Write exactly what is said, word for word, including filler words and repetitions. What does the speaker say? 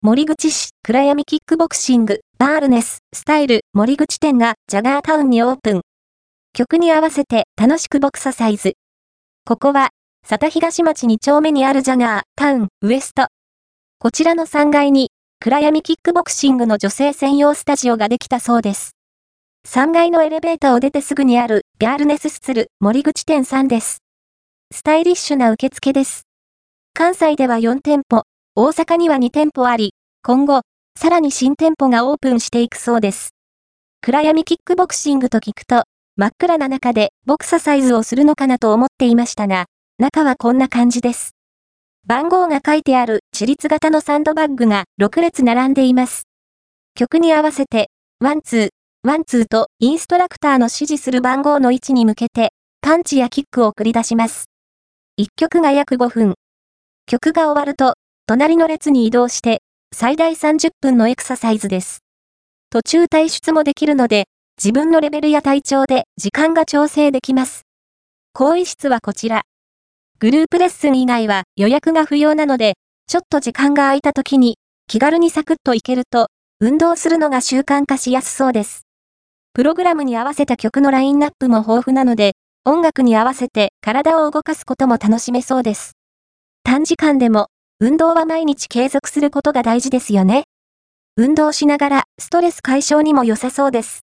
森口市、暗闇キックボクシング、バールネス、スタイル、森口店がジャガータウンにオープン。曲に合わせて楽しくボクササイズ。ここは、佐多東町に丁目にあるジャガータウンウエスト。こちらのさんがいに、暗闇キックボクシングの女性専用スタジオができたそうです。さんがいのエレベーターを出てすぐにある、バールネススツル、森口店さんです。スタイリッシュな受付です。関西ではよんてんぽ、大阪にはにてんぽあり、今後、さらに新店舗がオープンしていくそうです。暗闇キックボクシングと聞くと、真っ暗な中でボクササイズをするのかなと思っていましたが、中はこんな感じです。番号が書いてある自立型のサンドバッグがろくれつ並んでいます。曲に合わせて、ワンツー、ワンツーとインストラクターの指示する番号の位置に向けて、パンチやキックを繰り出します。いっきょくが約ごふん。曲が終わると、隣の列に移動して、最大さんじゅっぷんのエクササイズです。途中退出もできるので、自分のレベルや体調で時間が調整できます。更衣室はこちら。グループレッスン以外は予約が不要なので、ちょっと時間が空いた時に気軽にサクッと行けると、運動するのが習慣化しやすそうです。プログラムに合わせた曲のラインナップも豊富なので、音楽に合わせて体を動かすことも楽しめそうです。短時間でも、運動は毎日継続することが大事ですよね。運動しながらストレス解消にも良さそうです。